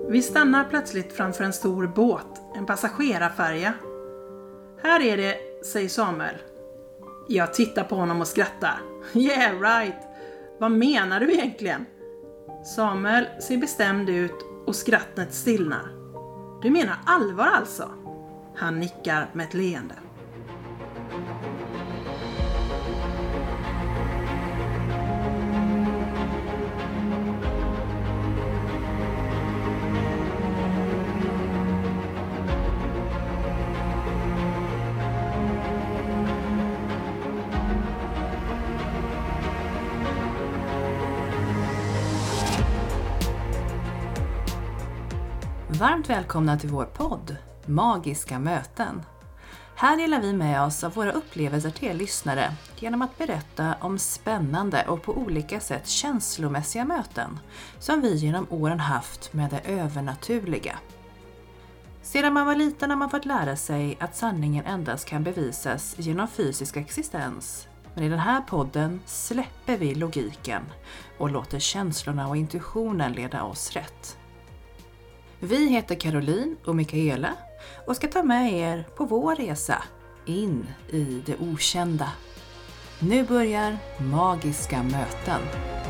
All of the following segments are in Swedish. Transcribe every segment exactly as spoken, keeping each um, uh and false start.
Vi stannar plötsligt framför en stor båt, en passagerarfärja. Här är det, säger Samuel. Jag tittar på honom och skrattar. Yeah, right. Vad menar du egentligen? Samuel ser bestämd ut och skrattet stillnar. Du menar allvar alltså? Han nickar med ett leende. Varmt välkomna till vår podd, Magiska möten. Här delar vi med oss av våra upplevelser till er lyssnare genom att berätta om spännande och på olika sätt känslomässiga möten som vi genom åren haft med det övernaturliga. Sedan man var liten har man fått lära sig att sanningen endast kan bevisas genom fysisk existens. Men i den här podden släpper vi logiken och låter känslorna och intuitionen leda oss rätt. Vi heter Caroline och Mikaela och ska ta med er på vår resa in i det okända. Nu börjar Magiska möten.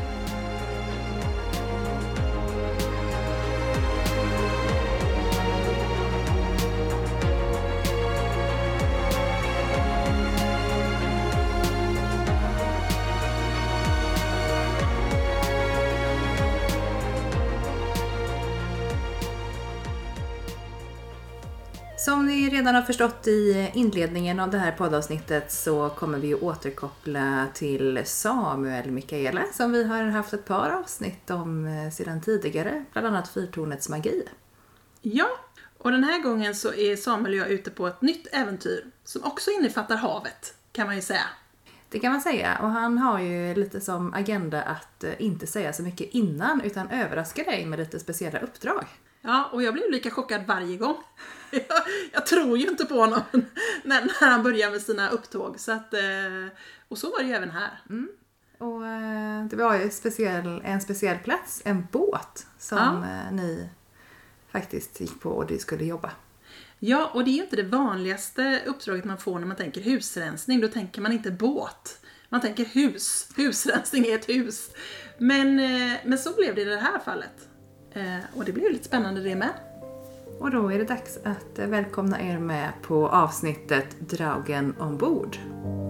Som ni redan har förstått i inledningen av det här poddavsnittet så kommer vi återkoppla till Samuel Mikaela som vi har haft ett par avsnitt om sedan tidigare, bland annat Fyrtornets magi. Ja, och den här gången så är Samuel och jag ute på ett nytt äventyr som också innefattar havet, kan man ju säga. Det kan man säga, och han har ju lite som agenda att inte säga så mycket innan utan överraska dig med lite speciella uppdrag. Ja, och jag blir lika chockad varje gång. Jag, jag tror ju inte på honom när, när han börjar med sina upptåg. Så att, och så var det ju även här. Mm. Och det var ju speciell, en speciell plats, en båt som ja. ni faktiskt gick på och du skulle jobba. Ja, och det är ju inte det vanligaste uppdraget man får när man tänker husrensning. Då tänker man inte båt. Man tänker hus. Husrensning är ett hus. Men, men så blev det i det här fallet. Och det blir lite spännande det med. Och då är det dags att välkomna er med på avsnittet Dragen ombord.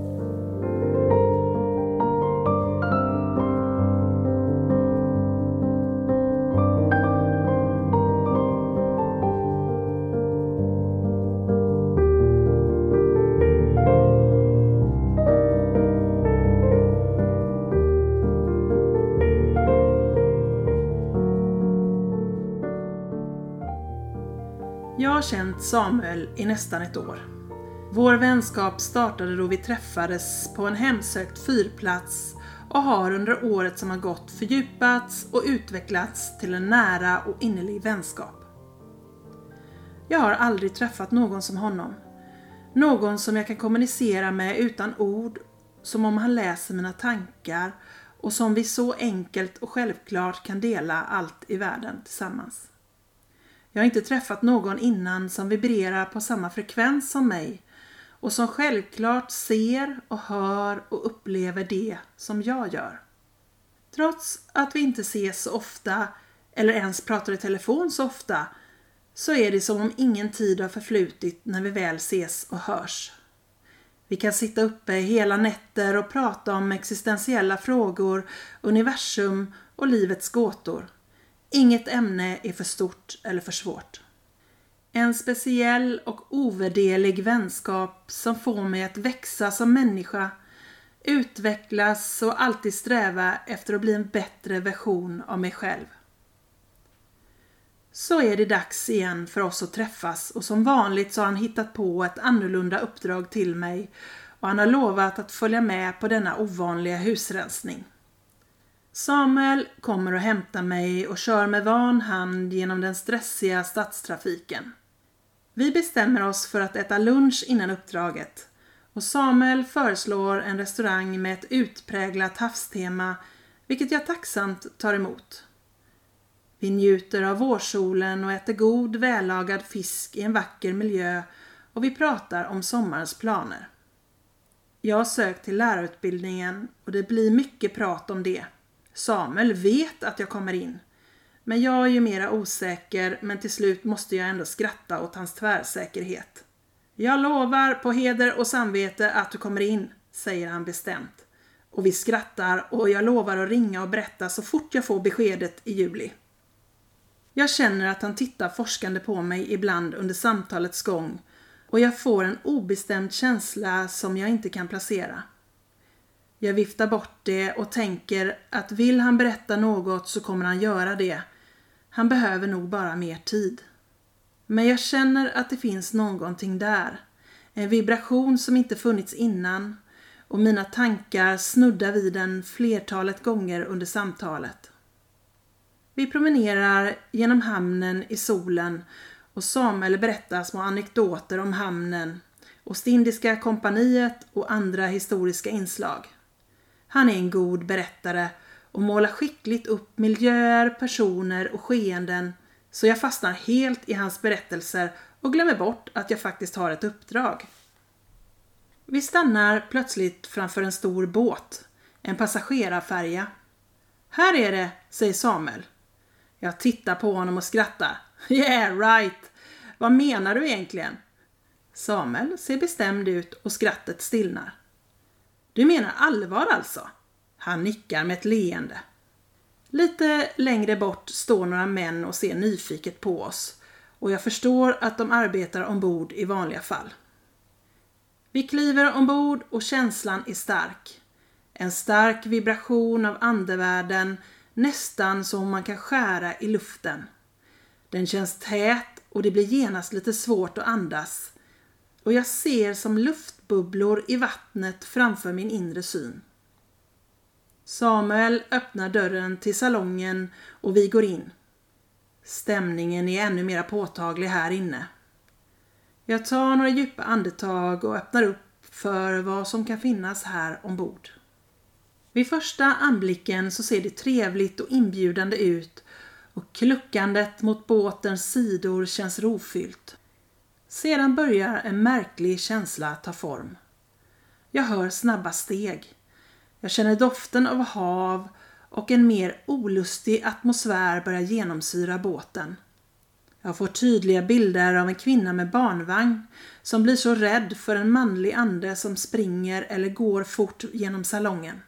Jag har känt Samuel i nästan ett år. Vår vänskap startade då vi träffades på en hemsökt fyrplats och har under året som har gått fördjupats och utvecklats till en nära och innerlig vänskap. Jag har aldrig träffat någon som honom. Någon som jag kan kommunicera med utan ord, som om han läser mina tankar och som vi så enkelt och självklart kan dela allt i världen tillsammans. Jag har inte träffat någon innan som vibrerar på samma frekvens som mig och som självklart ser och hör och upplever det som jag gör. Trots att vi inte ses så ofta eller ens pratar i telefon så ofta så är det som om ingen tid har förflutit när vi väl ses och hörs. Vi kan sitta uppe hela nätter och prata om existentiella frågor, universum och livets gåtor. Inget ämne är för stort eller för svårt. En speciell och ovärderlig vänskap som får mig att växa som människa, utvecklas och alltid sträva efter att bli en bättre version av mig själv. Så är det dags igen för oss att träffas och som vanligt så har han hittat på ett annorlunda uppdrag till mig och han har lovat att följa med på denna ovanliga husrensning. Samuel kommer och hämtar mig och kör med van hand genom den stressiga stadstrafiken. Vi bestämmer oss för att äta lunch innan uppdraget och Samuel föreslår en restaurang med ett utpräglat havstema, vilket jag tacksamt tar emot. Vi njuter av vårsolen och äter god vällagad fisk i en vacker miljö och vi pratar om sommarens planer. Jag har sökt till lärarutbildningen och det blir mycket prat om det. Samuel vet att jag kommer in. Men jag är ju mera osäker, men till slut måste jag ändå skratta åt hans tvärsäkerhet. Jag lovar på heder och samvete att du kommer in, säger han bestämt. Och vi skrattar och jag lovar att ringa och berätta så fort jag får beskedet i juli. Jag känner att han tittar forskande på mig ibland under samtalets gång och jag får en obestämd känsla som jag inte kan placera. Jag viftar bort det och tänker att vill han berätta något så kommer han göra det. Han behöver nog bara mer tid. Men jag känner att det finns någonting där. En vibration som inte funnits innan och mina tankar snuddar vid den flertalet gånger under samtalet. Vi promenerar genom hamnen i solen och Samuel berättar små anekdoter om hamnen, Ostindiska kompaniet och andra historiska inslag. Han är en god berättare och målar skickligt upp miljöer, personer och skeenden så jag fastnar helt i hans berättelser och glömmer bort att jag faktiskt har ett uppdrag. Vi stannar plötsligt framför en stor båt, en passagerarfärja. Här är det, säger Samuel. Jag tittar på honom och skrattar. Yeah, right. Vad menar du egentligen? Samuel ser bestämd ut och skrattet stillnar. Du menar allvar alltså? Han nickar med ett leende. Lite längre bort står några män och ser nyfiket på oss och jag förstår att de arbetar ombord i vanliga fall. Vi kliver ombord och känslan är stark. En stark vibration av andevärlden, nästan som man kan skära i luften. Den känns tät och det blir genast lite svårt att andas. Och jag ser som luftbubblor i vattnet framför min inre syn. Samuel öppnar dörren till salongen och vi går in. Stämningen är ännu mer påtaglig här inne. Jag tar några djupa andetag och öppnar upp för vad som kan finnas här ombord. Vid första anblicken så ser det trevligt och inbjudande ut och kluckandet mot båtens sidor känns rofyllt. Sedan börjar en märklig känsla ta form. Jag hör snabba steg. Jag känner doften av hav och en mer olustig atmosfär börjar genomsyra båten. Jag får tydliga bilder av en kvinna med barnvagn som blir så rädd för en manlig ande som springer eller går fort genom salongen.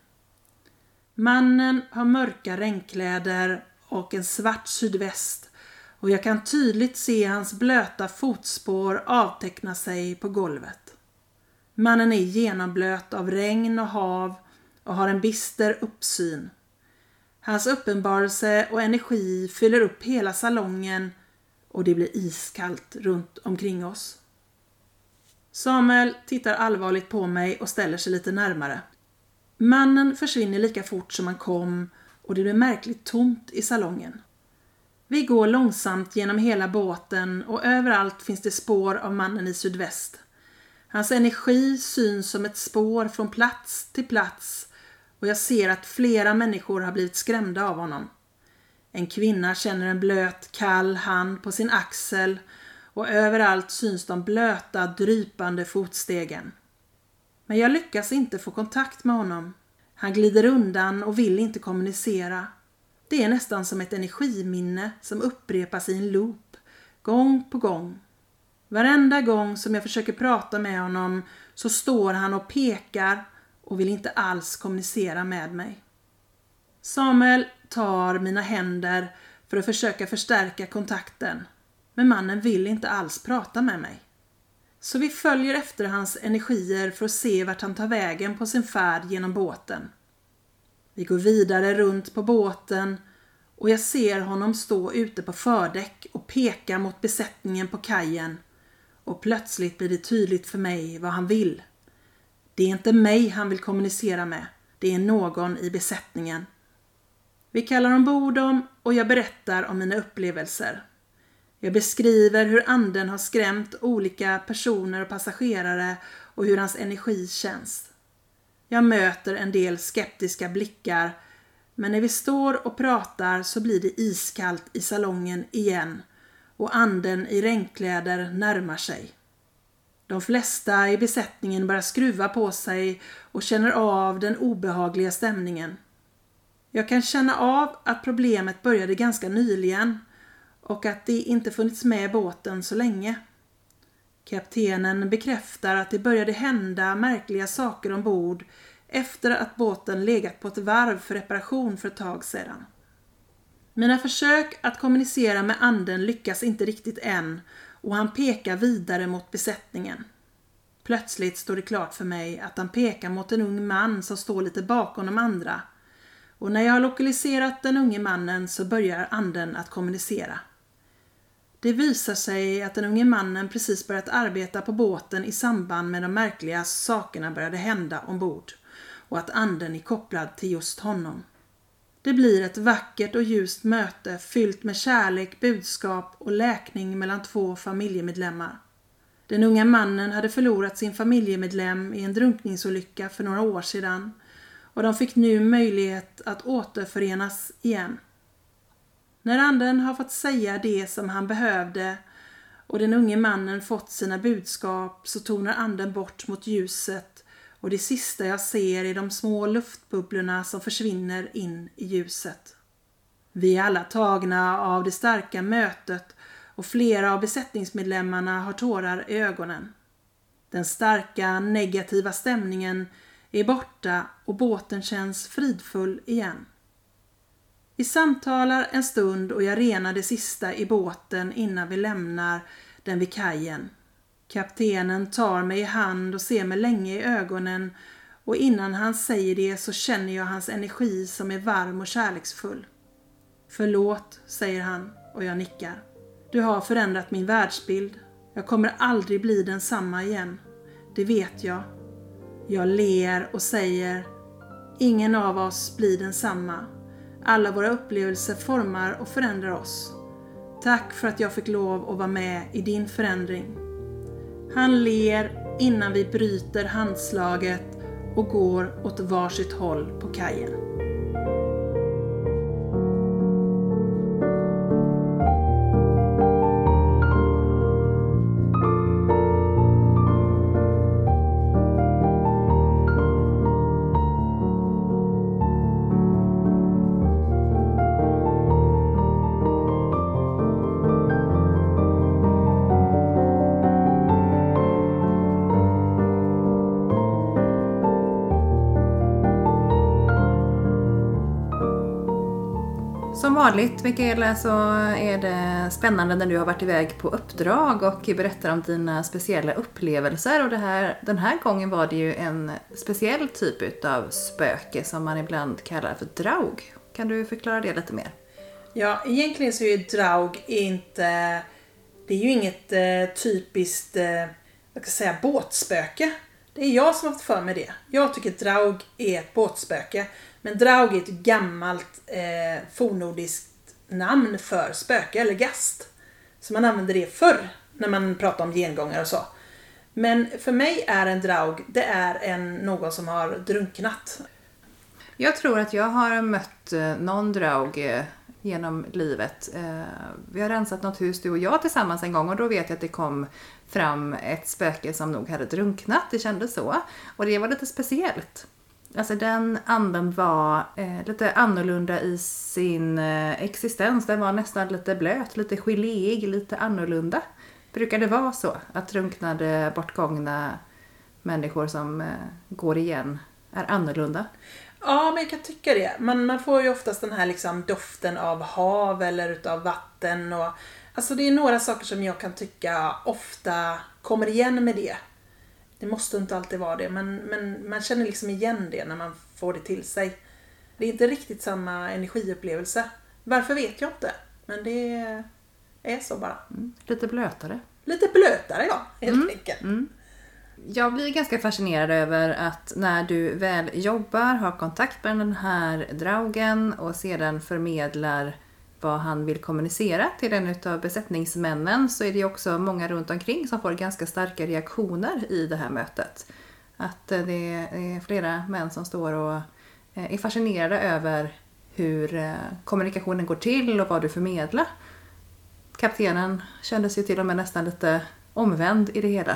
Mannen har mörka regnkläder och en svart sydväst och jag kan tydligt se hans blöta fotspår avteckna sig på golvet. Mannen är genomblöt av regn och hav och har en bister uppsyn. Hans uppenbarelse och energi fyller upp hela salongen och det blir iskallt runt omkring oss. Samuel tittar allvarligt på mig och ställer sig lite närmare. Mannen försvinner lika fort som han kom och det blir märkligt tomt i salongen. Vi går långsamt genom hela båten och överallt finns det spår av mannen i sydväst. Hans energi syns som ett spår från plats till plats och jag ser att flera människor har blivit skrämda av honom. En kvinna känner en blöt, kall hand på sin axel och överallt syns de blöta, drypande fotstegen. Men jag lyckas inte få kontakt med honom. Han glider undan och vill inte kommunicera. Det är nästan som ett energiminne som upprepas i en loop, gång på gång. Varenda gång som jag försöker prata med honom så står han och pekar och vill inte alls kommunicera med mig. Samuel tar mina händer för att försöka förstärka kontakten, men mannen vill inte alls prata med mig. Så vi följer efter hans energier för att se vart han tar vägen på sin färd genom båten. Vi går vidare runt på båten och jag ser honom stå ute på fördäck och peka mot besättningen på kajen. Och plötsligt blir det tydligt för mig vad han vill. Det är inte mig han vill kommunicera med, det är någon i besättningen. Vi kallar ombord dem och jag berättar om mina upplevelser. Jag beskriver hur anden har skrämt olika personer och passagerare och hur hans energi känns. Jag möter en del skeptiska blickar, Men när vi står och pratar så blir det iskallt i salongen igen och anden i regnkläder närmar sig. De flesta i besättningen börjar skruva på sig och känner av den obehagliga stämningen. Jag kan känna av att problemet började ganska nyligen och att det inte funnits med i båten så länge. Kaptenen bekräftar att det började hända märkliga saker ombord efter att båten legat på ett varv för reparation för ett tag sedan. Mina försök att kommunicera med anden lyckas inte riktigt än och han pekar vidare mot besättningen. Plötsligt står det klart för mig att han pekar mot en ung man som står lite bakom de andra. Och när jag har lokaliserat den unge mannen så börjar anden att kommunicera. Det visar sig att den unge mannen precis börjat arbeta på båten i samband med de märkliga sakerna började hända ombord och att anden är kopplad till just honom. Det blir ett vackert och ljust möte fyllt med kärlek, budskap och läkning mellan två familjemedlemmar. Den unga mannen hade förlorat sin familjemedlem i en drunkningsolycka för några år sedan och de fick nu möjlighet att återförenas igen. När anden har fått säga det som han behövde och den unge mannen fått sina budskap så tonar anden bort mot ljuset och det sista jag ser är de små luftbubblorna som försvinner in i ljuset. Vi är alla tagna av det starka mötet och flera av besättningsmedlemmarna har tårar i ögonen. Den starka negativa stämningen är borta och båten känns fridfull igen. Vi samtalar en stund och jag renar det sista i båten innan vi lämnar den vid kajen. Kaptenen tar mig i hand och ser mig länge i ögonen och innan han säger det så känner jag hans energi som är varm och kärleksfull. Förlåt, säger han och jag nickar. Du har förändrat min världsbild. Jag kommer aldrig bli densamma igen. Det vet jag. Jag ler och säger, ingen av oss blir densamma. Alla våra upplevelser formar och förändrar oss. Tack för att jag fick lov att vara med i din förändring. Han ler innan vi bryter handslaget och går åt varsitt håll på kajen. Som vanligt, Mikaela, så är det spännande när du har varit iväg på uppdrag och berättar om dina speciella upplevelser. Och det här, den här gången var det ju en speciell typ av spöke som man ibland kallar för draug. Kan du förklara det lite mer? Ja, egentligen så är ju draug inte, det är ju inget eh, typiskt eh, jag kan säga, båtspöke. Det är jag som har haft för mig det. Jag tycker draug är ett båtspöke. Men draug är ett gammalt eh, fornnordiskt namn för spöke eller gast. Så man använder det förr när man pratar om gengångar och så. Men för mig är en draug, det är en, någon som har drunknat. Jag tror att jag har mött någon draug genom livet. Vi har rensat något hus, du och jag, tillsammans en gång. Och då vet jag att det kom fram ett spöke som nog hade drunknat. Det kändes så. Och det var lite speciellt. Alltså den anden var eh, lite annorlunda i sin eh, existens. Den var nästan lite blöt, lite geléig, lite annorlunda. Brukar det vara så att drunknade, bortgångna människor som eh, går igen är annorlunda? Ja, men jag kan tycka det. Man, man får ju oftast den här liksom doften av hav eller utav vatten. Och, alltså det är några saker som jag kan tycka ofta kommer igen med det. Det måste inte alltid vara det, men, men man känner liksom igen det när man får det till sig. Det är inte riktigt samma energiupplevelse. Varför vet jag inte, men det är så bara. Mm. Lite blötare. Lite blötare, ja, helt mm. enkelt. Mm. Jag blir ganska fascinerad över att när du väl jobbar, har kontakt med den här draugen och sedan förmedlar vad han vill kommunicera till en av besättningsmännen, så är det också många runt omkring som får ganska starka reaktioner i det här mötet. Att det är flera män som står och är fascinerade över hur eh, kommunikationen går till och vad du förmedlar. Kaptenen kändes ju till och med nästan lite omvänd i det hela.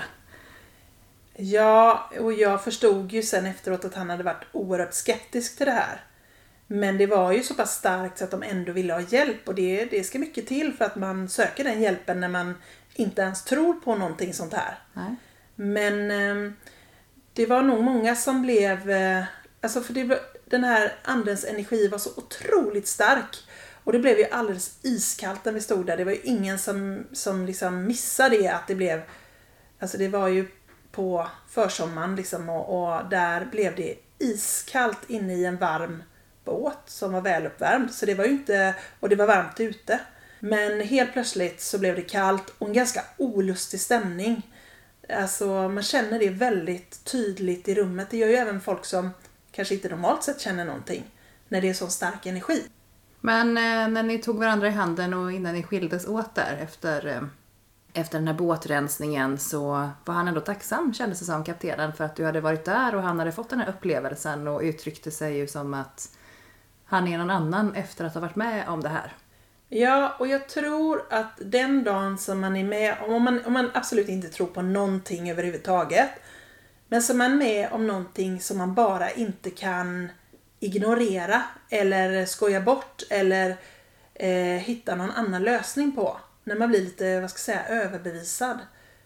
Ja, och jag förstod ju sen efteråt att han hade varit oerhört skeptisk till det här. Men det var ju så pass starkt så att de ändå ville ha hjälp. Och det, det ska mycket till för att man söker den hjälpen när man inte ens tror på någonting sånt här. Nej. Men eh, det var nog många som blev... Eh, alltså för det, den här andens energi var så otroligt stark. Och det blev ju alldeles iskallt när vi stod där. Det var ju ingen som, som liksom missade det att det blev... Alltså det var ju på försommaren liksom och, och där blev det iskallt inne i en varm båt som var väluppvärmd. Så det var ju inte... Och det var varmt ute. Men helt plötsligt så blev det kallt och en ganska olustig stämning. Alltså man känner det väldigt tydligt i rummet. Det gör ju även folk som kanske inte normalt sett känner någonting. När det är så stark energi. Men eh, när ni tog varandra i handen och innan ni skildes åt där efter, eh, efter den här båtrensningen så var han ändå tacksam, kändes det som, kaptenen, för att du hade varit där och han hade fått den här upplevelsen och uttryckte sig ju som att han är någon annan efter att ha varit med om det här. Ja, och jag tror att den dagen som man är med, om man, om man absolut inte tror på någonting överhuvudtaget, men som man är med om någonting som man bara inte kan ignorera eller skoja bort eller eh, hitta någon annan lösning på. När man blir lite, vad ska jag säga, överbevisad.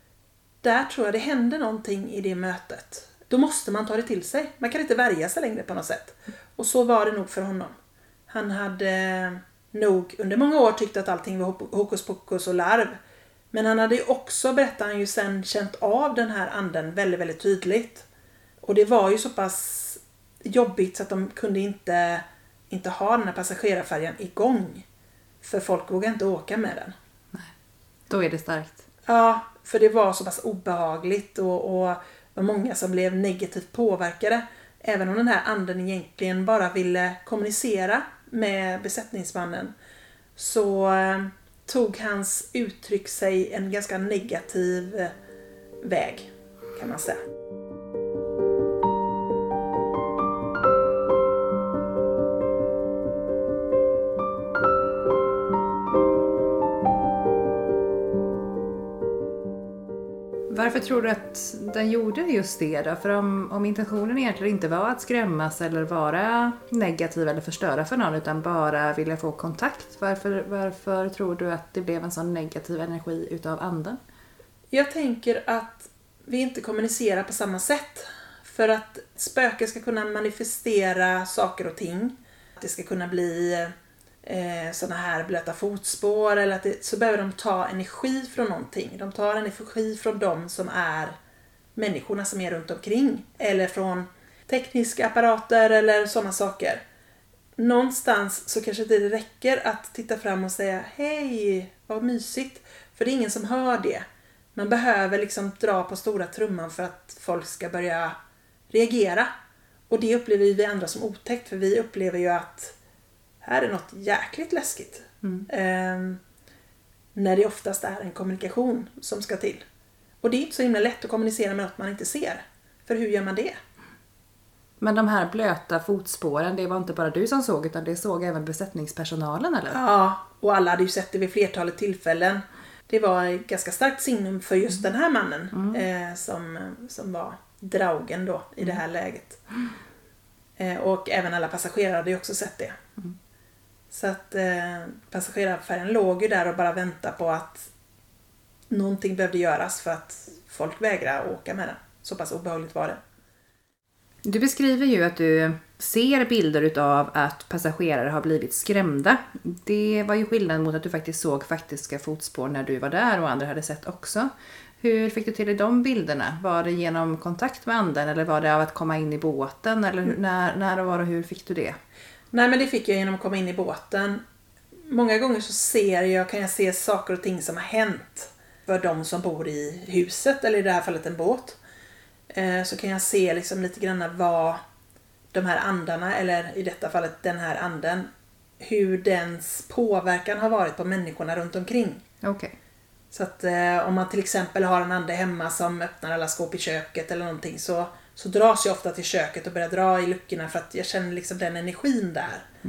Där tror jag det händer någonting i det mötet. Då måste man ta det till sig. Man kan inte värja sig längre på något sätt. Och så var det nog för honom. Han hade nog under många år tyckt att allting var hokus pokus och larv. Men han hade ju också, berättar han ju sen, känt av den här anden väldigt, väldigt tydligt. Och det var ju så pass jobbigt så att de kunde inte, inte ha den här passagerarfärjan igång. För folk vågade inte åka med den. Nej. Då är det starkt. Ja, för det var så pass obehagligt och, och var många som blev negativt påverkade. Även om den här anden egentligen bara ville kommunicera med besättningsmannen så eh, tog hans uttryck sig en ganska negativ eh, väg, kan man säga. Varför tror du att den gjorde just det då? För om, om intentionen egentligen inte var att skrämmas eller vara negativ eller förstöra för någon utan bara vilja få kontakt. Varför, varför tror du att det blev en sån negativ energi utav anden? Jag tänker att vi inte kommunicerar på samma sätt. För att spöken ska kunna manifestera saker och ting. Att det ska kunna bli eh, såna här blöta fotspår. Eller att det, så behöver de ta energi från någonting. De tar energi från dem som är människorna som är runt omkring. Eller från tekniska apparater eller sådana saker. Någonstans så kanske det räcker att titta fram och säga hej, vad mysigt. För det är ingen som hör det. Man behöver liksom dra på stora trumman för att folk ska börja reagera. Och det upplever vi andra som otäckt. För vi upplever ju att här är något jäkligt läskigt. Mm. Eh, när det oftast är en kommunikation som ska till. Och det är inte så himla lätt att kommunicera med något man inte ser. För hur gör man det? Men de här blöta fotspåren, det var inte bara du som såg utan det såg även besättningspersonalen, eller? Ja, och alla hade ju sett det vid flertalet tillfällen. Det var ett ganska starkt signum för just den här mannen mm. eh, som, som var draugen då i mm. det här läget. Mm. Eh, och även alla passagerare hade ju också sett det. Mm. Så att eh, passagerarfärjan låg ju där och bara väntade på att någonting behövde göras för att folk vägrade åka med den. Så pass obehagligt var det. Du beskriver ju att du ser bilder utav att passagerare har blivit skrämda. Det var ju skillnad mot att du faktiskt såg faktiska fotspår när du var där och andra hade sett också. Hur fick du till dig de bilderna? Var det genom kontakt med anden eller var det av att komma in i båten? Eller mm. när, när och var och hur fick du det? Nej, men det fick jag genom att komma in i båten. Många gånger så ser jag, kan jag se saker och ting som har hänt för de som bor i huset eller i det här fallet en båt. Så kan jag se liksom lite grann vad de här andarna, eller i detta fallet den här anden, hur dens påverkan har varit på människorna runt omkring. Okay. Så att eh, om man till exempel har en ande hemma som öppnar alla skåp i köket eller någonting så, så dras jag ofta till köket och börjar dra i luckorna för att jag känner liksom den energin där. Mm.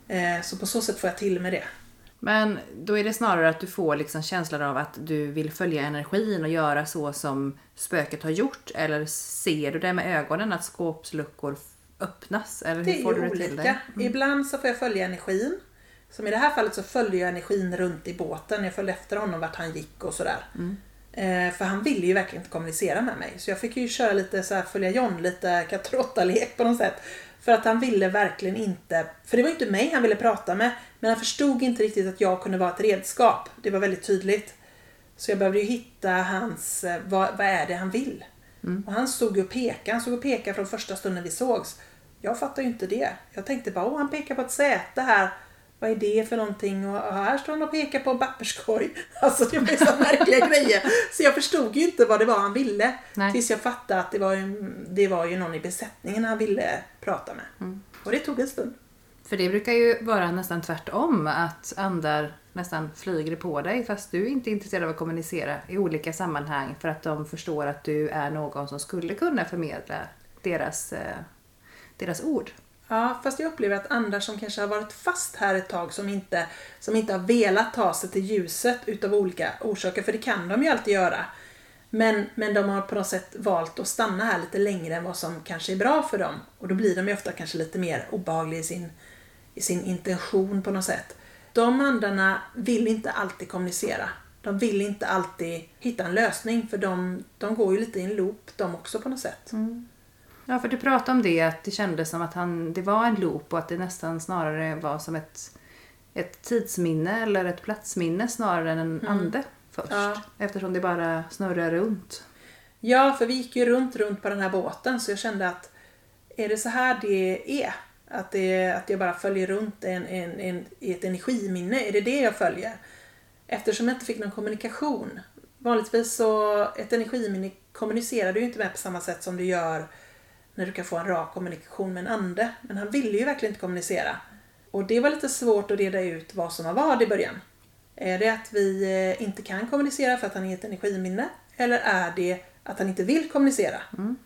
Eh, så på så sätt får jag till med det. Men då är det snarare att du får liksom känslan av att du vill följa energin och göra så som spöket har gjort. Eller ser du det med ögonen att skåpsluckor öppnas? Eller hur det är får ju du det olika. till det? Mm. Ibland så får jag följa energin. Som i det här fallet så följde jag energin runt i båten. Jag följde efter honom vart han gick och sådär. Mm. Eh, för han ville ju verkligen inte kommunicera med mig. Så jag fick ju köra lite så här, följa John, lite katt-råtta-lek på något sätt. För att han ville verkligen inte, för det var inte mig han ville prata med. Men han förstod inte riktigt att jag kunde vara ett redskap. Det var väldigt tydligt. Så jag behövde ju hitta hans, vad, vad är det han vill? Mm. Och han stod och pekade, han stod och pekade från första stunden vi sågs. Jag fattade ju inte det. Jag tänkte bara, åh han pekar på ett säte här. Vad är det för någonting? Och här står han och pekar på papperskorg. Alltså det var så märkliga grejer. Så jag förstod ju inte vad det var han ville. Nej. Tills jag fattade att det var, ju, det var ju någon i besättningen han ville prata med. Mm. Och det tog en stund. För det brukar ju vara nästan tvärtom. Att andar nästan flyger på dig. Fast du är inte intresserad av att kommunicera i olika sammanhang. För att de förstår att du är någon som skulle kunna förmedla deras, eh, deras ord. Ja, fast jag upplever att andra som kanske har varit fast här ett tag som inte, som inte har velat ta sig till ljuset utav olika orsaker, för det kan de ju alltid göra. Men, men de har på något sätt valt att stanna här lite längre än vad som kanske är bra för dem. Och då blir de ju ofta kanske lite mer obehagliga i sin, i sin intention på något sätt. De andarna vill inte alltid kommunicera. De vill inte alltid hitta en lösning, för de, de går ju lite i en loop de också på något sätt. Mm. Ja, för du pratade om det, att det kändes som att han, det var en loop och att det nästan snarare var som ett, ett tidsminne eller ett platsminne snarare än en mm. ande först. Ja. Eftersom det bara snurrar runt. Ja, för vi gick ju runt, runt på den här båten, så jag kände att är det så här det är? Att, det, att jag bara följer runt en, en, en, i ett energiminne, är det det jag följer? Eftersom jag inte fick någon kommunikation. Vanligtvis så, ett energiminne kommunicerar du ju inte med på samma sätt som du gör när du kan få en rak kommunikation med en ande. Men han ville ju verkligen inte kommunicera. Och det var lite svårt att reda ut vad som var vad i början. Är det att vi inte kan kommunicera för att han är ett energiminne? Eller är det att han inte vill kommunicera? Mm.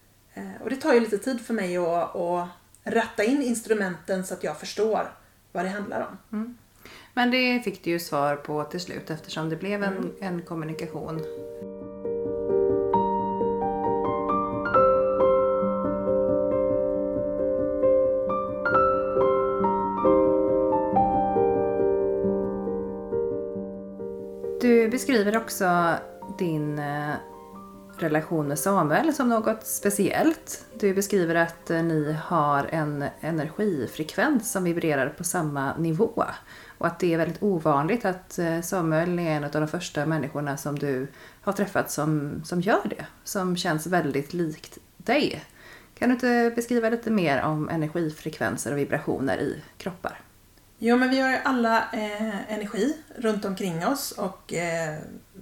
Och det tar ju lite tid för mig att, att ratta in instrumenten så att jag förstår vad det handlar om. Mm. Men det fick du ju svar på till slut eftersom det blev en, mm. en kommunikation. Du beskriver också din relation med Samuel som något speciellt. Du beskriver att ni har en energifrekvens som vibrerar på samma nivå. Och att det är väldigt ovanligt att Samuel är en av de första människorna som du har träffat som, som gör det. Som känns väldigt likt dig. Kan du inte beskriva lite mer om energifrekvenser och vibrationer i kroppar? Jo, men vi har ju alla eh, energi runt omkring oss och eh,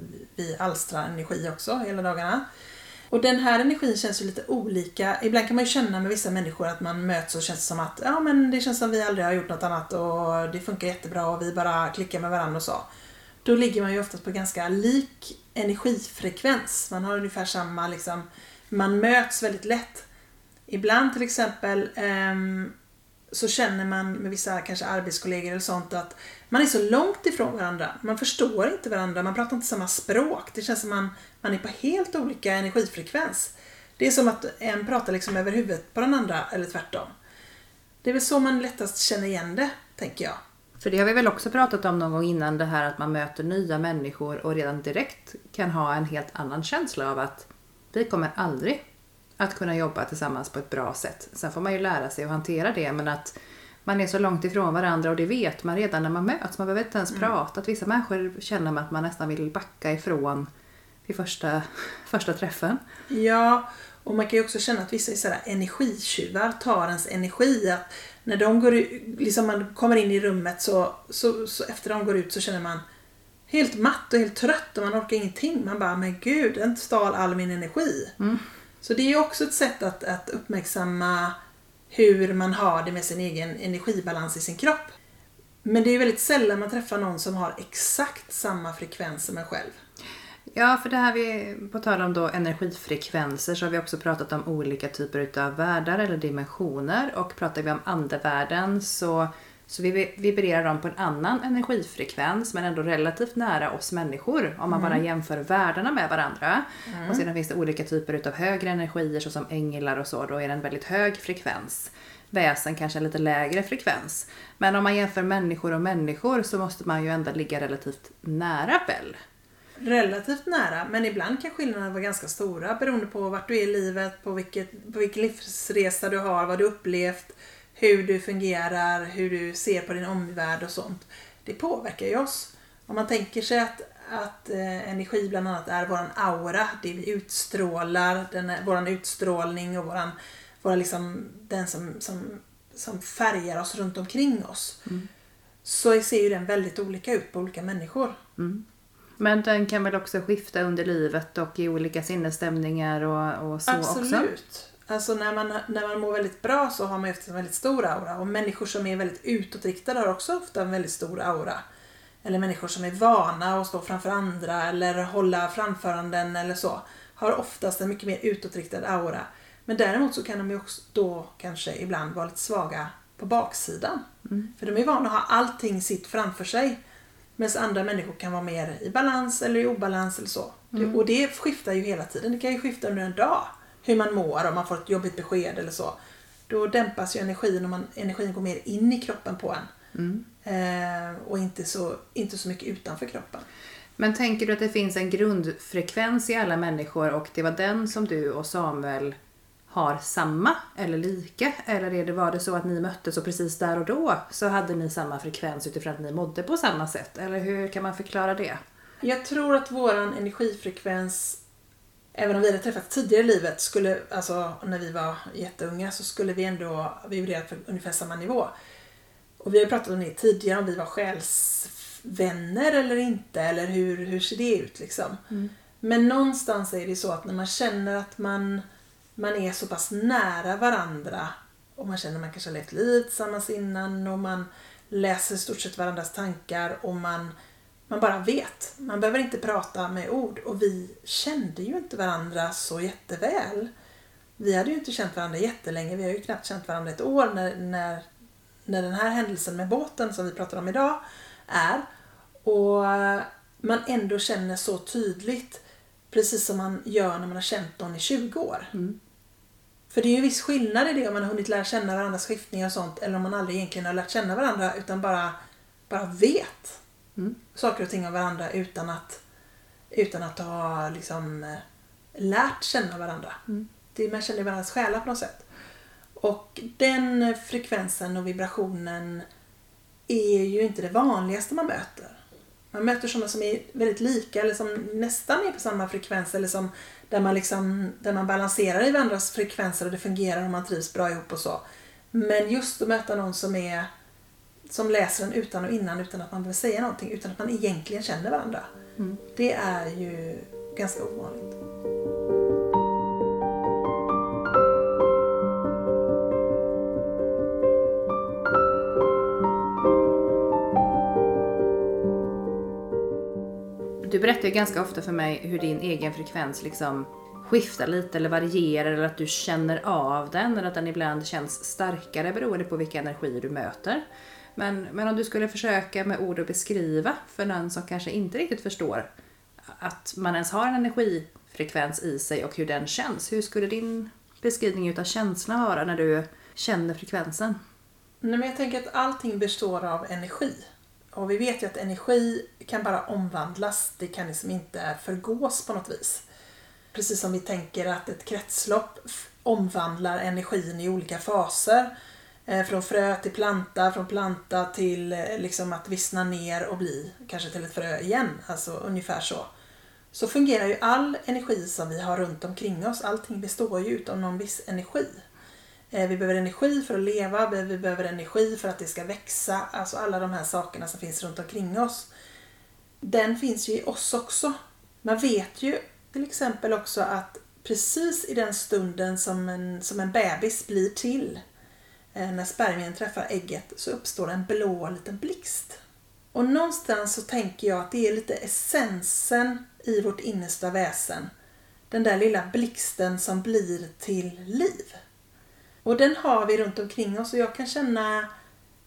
vi alstrar energi också hela dagarna. Och den här energin känns ju lite olika. Ibland kan man ju känna med vissa människor att man möts och känns som att ja, men det känns som vi aldrig har gjort något annat och det funkar jättebra och vi bara klickar med varandra och så. Då ligger man ju oftast på ganska lik energifrekvens. Man har ungefär samma, liksom, man möts väldigt lätt. Ibland till exempel ehm, så känner man med vissa kanske arbetskollegor eller sånt att man är så långt ifrån varandra. Man förstår inte varandra, man pratar inte samma språk. Det känns som man, man är på helt olika energifrekvens. Det är som att en pratar liksom över huvudet på den andra eller tvärtom. Det är väl så man lättast känner igen det, tänker jag. För det har vi väl också pratat om någon gång innan, det här att man möter nya människor och redan direkt kan ha en helt annan känsla av att vi kommer aldrig att kunna jobba tillsammans på ett bra sätt. Sen får man ju lära sig att hantera det, men att man är så långt ifrån varandra och det vet man redan när man möts. Man behöver inte ens mm. prata. Att vissa människor känner att man nästan vill backa ifrån vid första, första träffen. Ja, och man kan ju också känna att vissa är sådär energitjuvar, tar ens energi. Att när de går ut, liksom man kommer in i rummet så, så, så efter de går ut så känner man helt matt och helt trött och man orkar ingenting. Man bara, men gud, den stal all min energi. Mm. Så det är ju också ett sätt att, att uppmärksamma hur man har det med sin egen energibalans i sin kropp. Men det är ju väldigt sällan man träffar någon som har exakt samma frekvens som en själv. Ja, för det här vi på tal om då energifrekvenser så har vi också pratat om olika typer av världar eller dimensioner. Och pratar vi om andevärlden så Så vi vibrerar dem på en annan energifrekvens men ändå relativt nära oss människor om man mm. bara jämför världarna med varandra. Mm. Och sedan finns det olika typer av högre energier såsom änglar och så, då är det en väldigt hög frekvens. Väsen kanske en lite lägre frekvens. Men om man jämför människor och människor så måste man ju ändå ligga relativt nära väl. Relativt nära, men ibland kan skillnaderna vara ganska stora beroende på vart du är i livet, på, vilket, på vilken livsresa du har, vad du upplevt, hur du fungerar, hur du ser på din omvärld och sånt. Det påverkar ju oss. Om man tänker sig att, att eh, energi bland annat är våran aura, det vi utstrålar, den är, våran utstrålning och våran, våran liksom, den som, som, som färgar oss runt omkring oss. Mm. Så ser ju den väldigt olika ut på olika människor. Mm. Men den kan väl också skifta under livet och i olika sinnesstämningar och, och så Absolut. också? Absolut. Alltså när man, när man mår väldigt bra så har man ofta en väldigt stor aura. Och människor som är väldigt utåtriktade har också ofta en väldigt stor aura. Eller människor som är vana att stå framför andra eller hålla framföranden eller så. Har oftast en mycket mer utåtriktad aura. Men däremot så kan de ju också då kanske ibland vara lite svaga på baksidan. Mm. För de är vana att ha allting sitt framför sig. Medan andra människor kan vara mer i balans eller i obalans eller så. Mm. Och det skiftar ju hela tiden. Det kan ju skifta under en dag. Hur man mår, om man får ett jobbigt besked eller så. Då dämpas ju energin och man, energin går mer in i kroppen på en. Mm. Eh, och inte så, inte så mycket utanför kroppen. Men tänker du att det finns en grundfrekvens i alla människor och det var den som du och Samuel har samma eller lika? Eller är det, var det så att ni möttes och precis där och då så hade ni samma frekvens utifrån att ni mådde på samma sätt? Eller hur kan man förklara det? Jag tror att våran energifrekvens, även om vi hade träffat tidigare i livet, skulle, alltså när vi var jätteunga, så skulle vi ändå vibrera på ungefär samma nivå. Och vi har pratat om det tidigare, om vi var själsvänner eller inte, eller hur, hur ser det ut liksom. Mm. Men någonstans är det så att när man känner att man, man är så pass nära varandra och man känner att man kanske har levt liv tillsammans innan och man läser stort sett varandras tankar och man Man bara vet. Man behöver inte prata med ord. Och vi kände ju inte varandra så jätteväl. Vi hade ju inte känt varandra jättelänge. Vi har ju knappt känt varandra ett år när, när, när den här händelsen med båten som vi pratar om idag är. Och man ändå känner så tydligt. Precis som man gör när man har känt någon i tjugo år. Mm. För det är ju en viss skillnad i det om man har hunnit lära känna varandras skiftningar och sånt. Eller om man aldrig egentligen har lärt känna varandra utan bara, bara vet. Mm. Saker och ting av varandra utan att utan att ha liksom lärt känna varandra. Mm. Det, man känner varandras själar på något sätt. Och den frekvensen och vibrationen är ju inte det vanligaste man möter. Man möter sådana som är väldigt lika eller som nästan är på samma frekvens eller som där man liksom där man balanserar i varandras frekvenser och det fungerar och man trivs bra ihop och så. Men just att möta någon som är som läser den utan och innan utan att man behöver säga någonting utan att man egentligen känner varandra. Mm. Det är ju ganska ovanligt. Du berättar ju ganska ofta för mig hur din egen frekvens liksom skiftar lite eller varierar eller att du känner av den eller att den ibland känns starkare beroende på vilka energi du möter. Men, men om du skulle försöka med ord att beskriva för någon som kanske inte riktigt förstår att man ens har en energifrekvens i sig och hur den känns. Hur skulle din beskrivning utav känslan vara när du känner frekvensen? Nej, men jag tänker att allting består av energi. Och vi vet ju att energi kan bara omvandlas. Det kan liksom inte förgås på något vis. Precis som vi tänker att ett kretslopp omvandlar energin i olika faser. Från frö till planta, från planta till liksom att vissna ner och bli kanske till ett frö igen. Alltså ungefär så. Så fungerar ju all energi som vi har runt omkring oss. Allting består ju utav någon viss energi. Vi behöver energi för att leva, vi behöver energi för att det ska växa. Alltså alla de här sakerna som finns runt omkring oss. Den finns ju i oss också. Man vet ju till exempel också att precis i den stunden som en, som en bebis blir till, när spermien träffar ägget, så uppstår en blå liten blixt. Och någonstans så tänker jag att det är lite essensen i vårt innersta väsen. Den där lilla blixten som blir till liv. Och den har vi runt omkring oss och jag kan känna,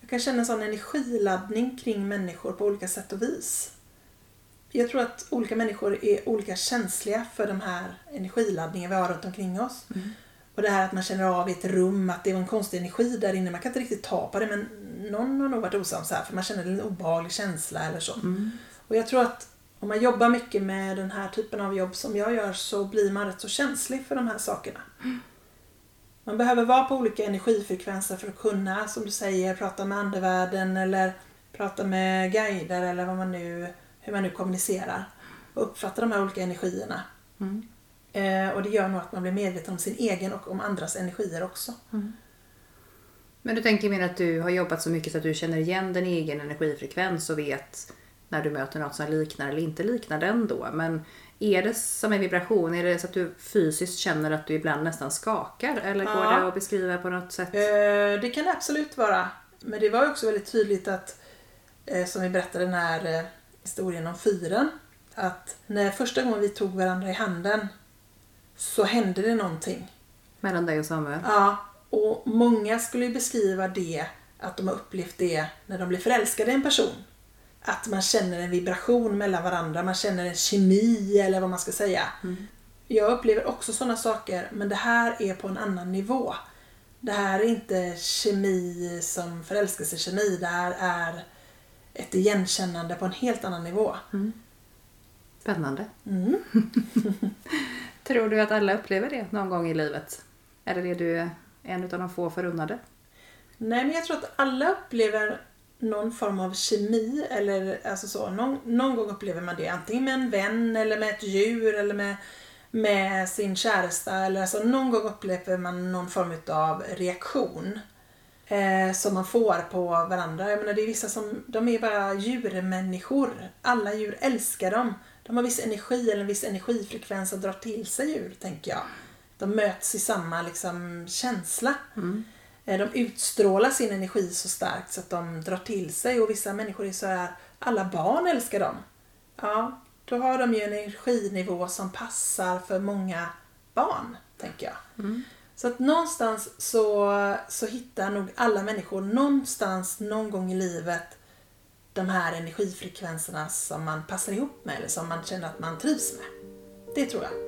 Jag kan känna en sån energiladdning kring människor på olika sätt och vis. Jag tror att olika människor är olika känsliga för de här energiladdningar vi har runt omkring oss. Mm. Och det här att man känner av i ett rum att det var en konstig energi där inne. Man kan inte riktigt ta på det, men någon har nog varit osam så här för man känner en obehaglig känsla eller så. Mm. Och jag tror att om man jobbar mycket med den här typen av jobb som jag gör så blir man rätt så känslig för de här sakerna. Mm. Man behöver vara på olika energifrekvenser för att kunna, som du säger, prata med andevärlden eller prata med guider eller vad man nu, hur man nu kommunicerar och uppfattar de här olika energierna. Mm. Eh, och det gör nog att man blir medveten om sin egen och om andras energier också. Mm. Men du tänker mer att du har jobbat så mycket så att du känner igen din egen energifrekvens och vet när du möter något som liknar eller inte liknar den då. Men är det som en vibration? Är det så att du fysiskt känner att du ibland nästan skakar? Eller går ja. det att beskriva på något sätt? Eh, det kan det absolut vara. Men det var ju också väldigt tydligt att, eh, som vi berättade den här eh, historien om fyren, att när första gången vi tog varandra i handen så hände det någonting. Mellan dig och Samuel? Ja, och många skulle ju beskriva det, att de har upplevt det när de blir förälskade i en person. Att man känner en vibration mellan varandra, man känner en kemi eller vad man ska säga. Mm. Jag upplever också sådana saker, men det här är på en annan nivå. Det här är inte kemi som förälskelsekemi, det här är ett igenkännande på en helt annan nivå. Mm. Spännande. Mm. Tror du att alla upplever det någon gång i livet? Eller är du en av de få förunnade? Nej, men jag tror att alla upplever någon form av kemi eller alltså så. Någon, någon gång upplever man det antingen med en vän eller med ett djur eller med, med sin käresta. Eller alltså, någon gång upplever man någon form av reaktion eh, som man får på varandra. Jag menar, det är vissa som, de är bara djurmänniskor. Alla djur älskar dem. De har viss energi eller en viss energifrekvens att dra till sig djur, tänker jag. De möts i samma liksom, känsla. Mm. De utstrålar sin energi så starkt så att de drar till sig. Och vissa människor är så här, alla barn älskar dem. Ja, då har de ju en energinivå som passar för många barn, tänker jag. Mm. Så att någonstans så, så hittar nog alla människor någonstans, någon gång i livet de här energifrekvenserna som man passar ihop med eller som man känner att man trivs med. Det tror jag.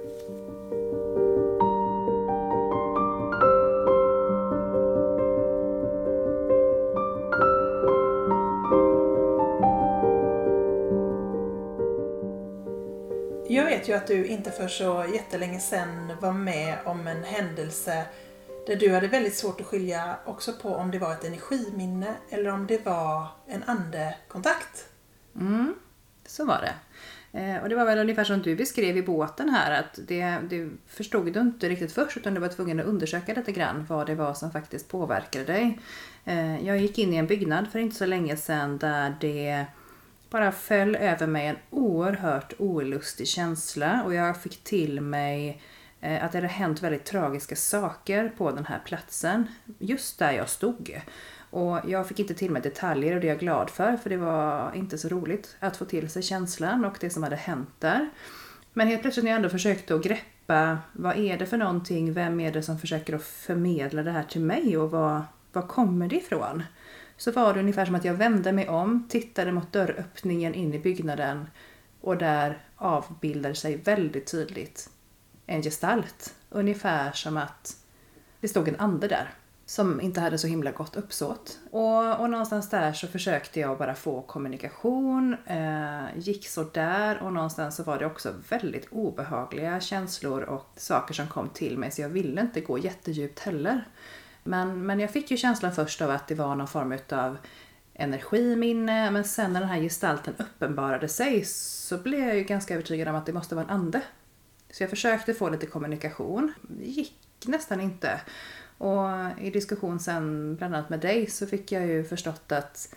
Jag vet ju att du inte för så jättelänge sedan var med om en händelse där du hade väldigt svårt att skilja också på om det var ett energiminne eller om det var en andekontakt. Mm, så var det. Eh, och det var väl ungefär som du beskrev i båten här, att det, det förstod du inte riktigt först utan du var tvungen att undersöka lite grann vad det var som faktiskt påverkade dig. Eh, jag gick in i en byggnad för inte så länge sedan där det bara föll över mig en oerhört olustig känsla och jag fick till mig eh, att det hade hänt väldigt tragiska saker på den här platsen, just där jag stod. Och jag fick inte till mig detaljer och det är jag glad för, för det var inte så roligt att få till sig känslan och det som hade hänt där. Men helt plötsligt när jag ändå försökte att greppa, vad är det för någonting, vem är det som försöker att förmedla det här till mig och vad, vad kommer det ifrån? Så var det ungefär som att jag vände mig om, tittade mot dörröppningen in i byggnaden och där avbildade sig väldigt tydligt en gestalt. Ungefär som att det stod en ande där som inte hade så himla gott uppsåt. Och, och någonstans där så försökte jag bara få kommunikation, eh, gick så där och någonstans så var det också väldigt obehagliga känslor och saker som kom till mig så jag ville inte gå jättedjupt heller. Men, men jag fick ju känslan först av att det var någon form av energiminne. Men sen när den här gestalten uppenbarade sig så blev jag ju ganska övertygad om att det måste vara en ande. Så jag försökte få lite kommunikation. Det gick nästan inte. Och i diskussion sen bland annat med dig så fick jag ju förstått att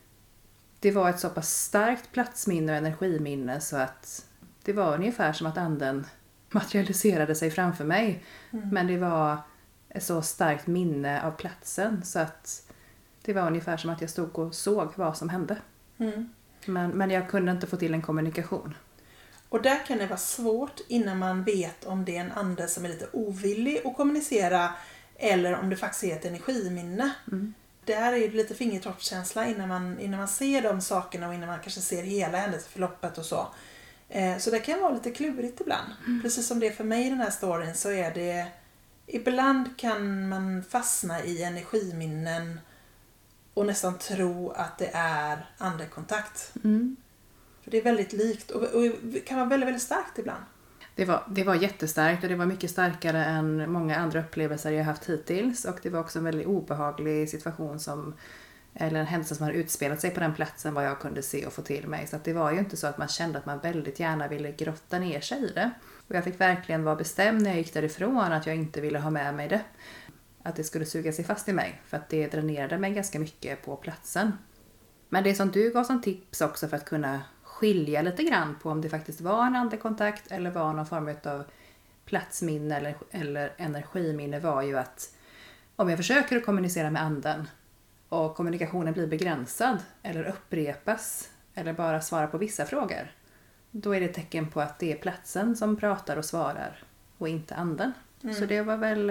det var ett så pass starkt platsminne och energiminne så att det var ungefär som att anden materialiserade sig framför mig. Mm. Men det var ett så starkt minne av platsen så att det var ungefär som att jag stod och såg vad som hände. Mm. Men, men jag kunde inte få till en kommunikation. Och där kan det vara svårt innan man vet om det är en ande som är lite ovillig att kommunicera eller om det faktiskt är ett energiminne. Mm. Det här är ju lite fingertoppskänsla innan man, innan man ser de sakerna och innan man kanske ser hela händelseförloppet och så. Eh, så det kan vara lite klurigt ibland. Mm. Precis som det är för mig i den här storyn så är det... Ibland kan man fastna i energiminnen och nästan tro att det är andekontakt. Mm. För det är väldigt likt och, och kan vara väldigt, väldigt starkt ibland. Det var, det var jättestarkt och det var mycket starkare än många andra upplevelser jag haft hittills. Och det var också en väldigt obehaglig situation som, eller en händelse som har utspelat sig på den platsen vad jag kunde se och få till mig. Så att det var ju inte så att man kände att man väldigt gärna ville grotta ner sig i det. Och jag fick verkligen vara bestämd när jag gick därifrån att jag inte ville ha med mig det. Att det skulle suga sig fast i mig. För att det dränerade mig ganska mycket på platsen. Men det som du gav som tips också för att kunna skilja lite grann på om det faktiskt var en andekontakt eller var någon form av platsminne eller, eller energiminne var ju att om jag försöker att kommunicera med anden och kommunikationen blir begränsad eller upprepas eller bara svara på vissa frågor, då är det ett tecken på att det är platsen som pratar och svarar och inte anden. Mm. Så det var väl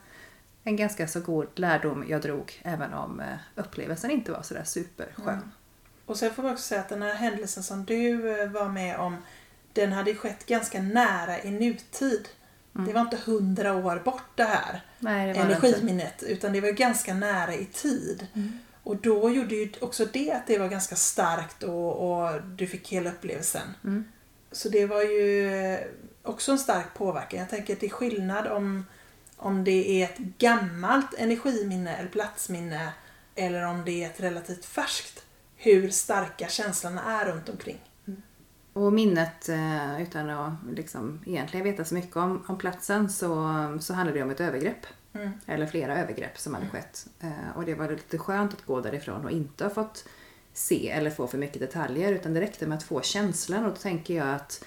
en ganska så god lärdom jag drog även om upplevelsen inte var sådär superskön. Mm. Och sen får man också säga att den här händelsen som du var med om, den hade skett ganska nära i nutid. Mm. Det var inte hundra år bort det här Nej, det var energiminnet, utan det var ganska nära i tid. Mm. Och då gjorde ju också det att det var ganska starkt och, och du fick hela upplevelsen. Mm. Så det var ju också en stark påverkan. Jag tänker att det är skillnad om, om det är ett gammalt energiminne eller platsminne eller om det är ett relativt färskt. Hur starka känslorna är runt omkring. Mm. Och minnet, utan att liksom egentligen veta så mycket om, om platsen, så, så handlade det om ett övergrepp. Mm. Eller flera övergrepp som hade skett. Och det var lite skönt att gå därifrån och inte ha fått se eller få för mycket detaljer. Utan det räckte med att få känslan. Och då tänker jag att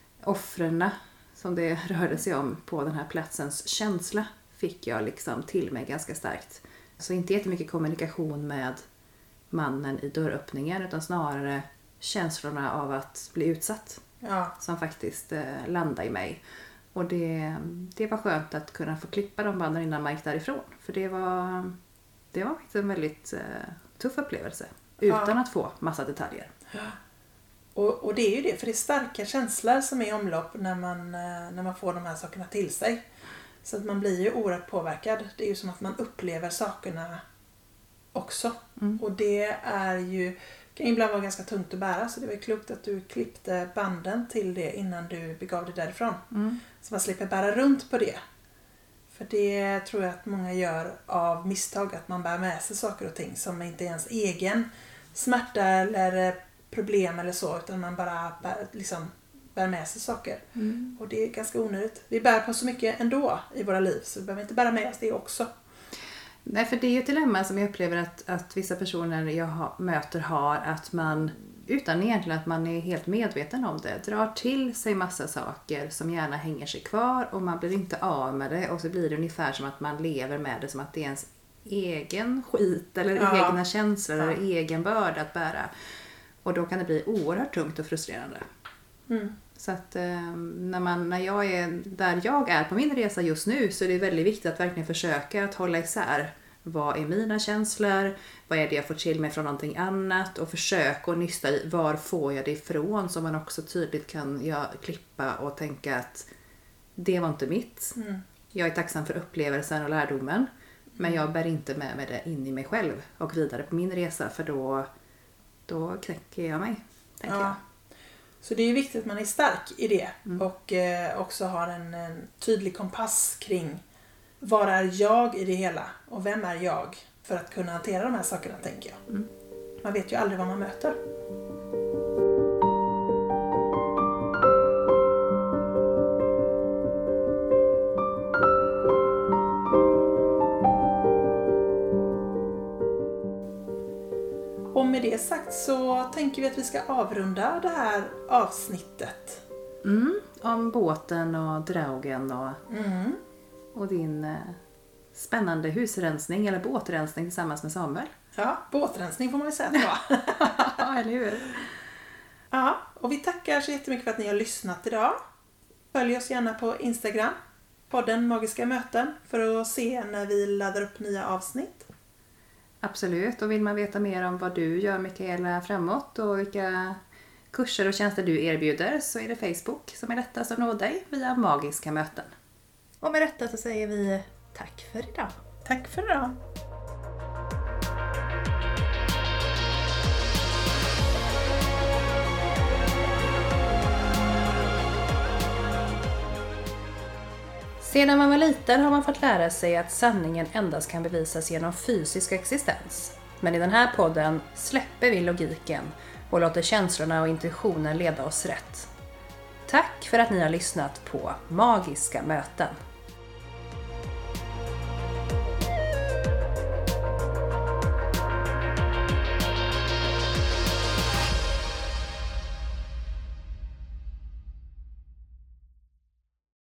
offren som det rörde sig om på den här platsens känsla fick jag liksom till mig ganska starkt. Så inte jättemycket kommunikation med mannen i dörröppningen utan snarare känslorna av att bli utsatt ja. Som faktiskt eh, landade i mig. Och det, det var skönt att kunna få klippa de banden innan man gick därifrån. För det var, det var faktiskt en väldigt eh, tuff upplevelse utan ja. Att få massa detaljer. Ja. Och, och det är ju det, för det är starka känslor som är i omlopp när man, när man får de här sakerna till sig. Så att man blir ju oerhört påverkad. Det är ju som att man upplever sakerna också. Mm. Och det är ju, kan ibland vara ganska tungt att bära, så det var klokt att du klippte banden till det innan du begav dig därifrån. Mm. Så man slipper bära runt på det. För det tror jag att många gör av misstag, att man bär med sig saker och ting som inte är ens egen smärta eller problem eller så, utan man bara bär, liksom, bär med sig saker. Mm. Och det är ganska onödigt. Vi bär på så mycket ändå i våra liv, så vi behöver inte bära med oss det också. Nej, för det är ju ett dilemma som jag upplever att, att vissa personer jag har, möter har, att man utan egentligen att man är helt medveten om det drar till sig massa saker som gärna hänger sig kvar och man blir inte av med det, och så blir det ungefär som att man lever med det som att det är ens egen skit eller ja. Egna känslor ja. Eller egen börda att bära, och då kan det bli oerhört tungt och frustrerande. Mm. Så att eh, när, man, när jag är där jag är på min resa just nu, så är det väldigt viktigt att verkligen försöka att hålla isär. Vad är mina känslor? Vad är det jag får till mig från någonting annat? Och försöka att nysta i var får jag det ifrån, så man också tydligt kan ja, klippa och tänka att det var inte mitt. Mm. Jag är tacksam för upplevelsen och lärdomen. Mm. Men jag bär inte med mig det in i mig själv och vidare på min resa, för då, då knäcker jag mig, tänker ja. Jag. Så det är viktigt att man är stark i det. Mm. Och eh, också har en, en tydlig kompass kring var är jag i det hela och vem är jag, för att kunna hantera de här sakerna, tänker jag. Mm. Man vet ju aldrig vad man möter. Och med det sagt så tänker vi att vi ska avrunda det här avsnittet. Mm, om båten och dragen och, mm. och din eh, spännande husrensning eller båtrensning tillsammans med Samuel. Ja, båtrensning får man ju säga att det var. Ja, eller hur? Ja, och vi tackar så jättemycket för att ni har lyssnat idag. Följ oss gärna på Instagram, podden Magiska möten, för att se när vi laddar upp nya avsnitt. Absolut, och vill man veta mer om vad du gör Mikaela framåt och vilka kurser och tjänster du erbjuder så är det Facebook som är lättast att nå dig via Magiska möten. Och med detta så säger vi tack för idag. Tack för idag. Sedan man var liten har man fått lära sig att sanningen endast kan bevisas genom fysisk existens. Men i den här podden släpper vi logiken och låter känslorna och intuitionen leda oss rätt. Tack för att ni har lyssnat på Magiska möten.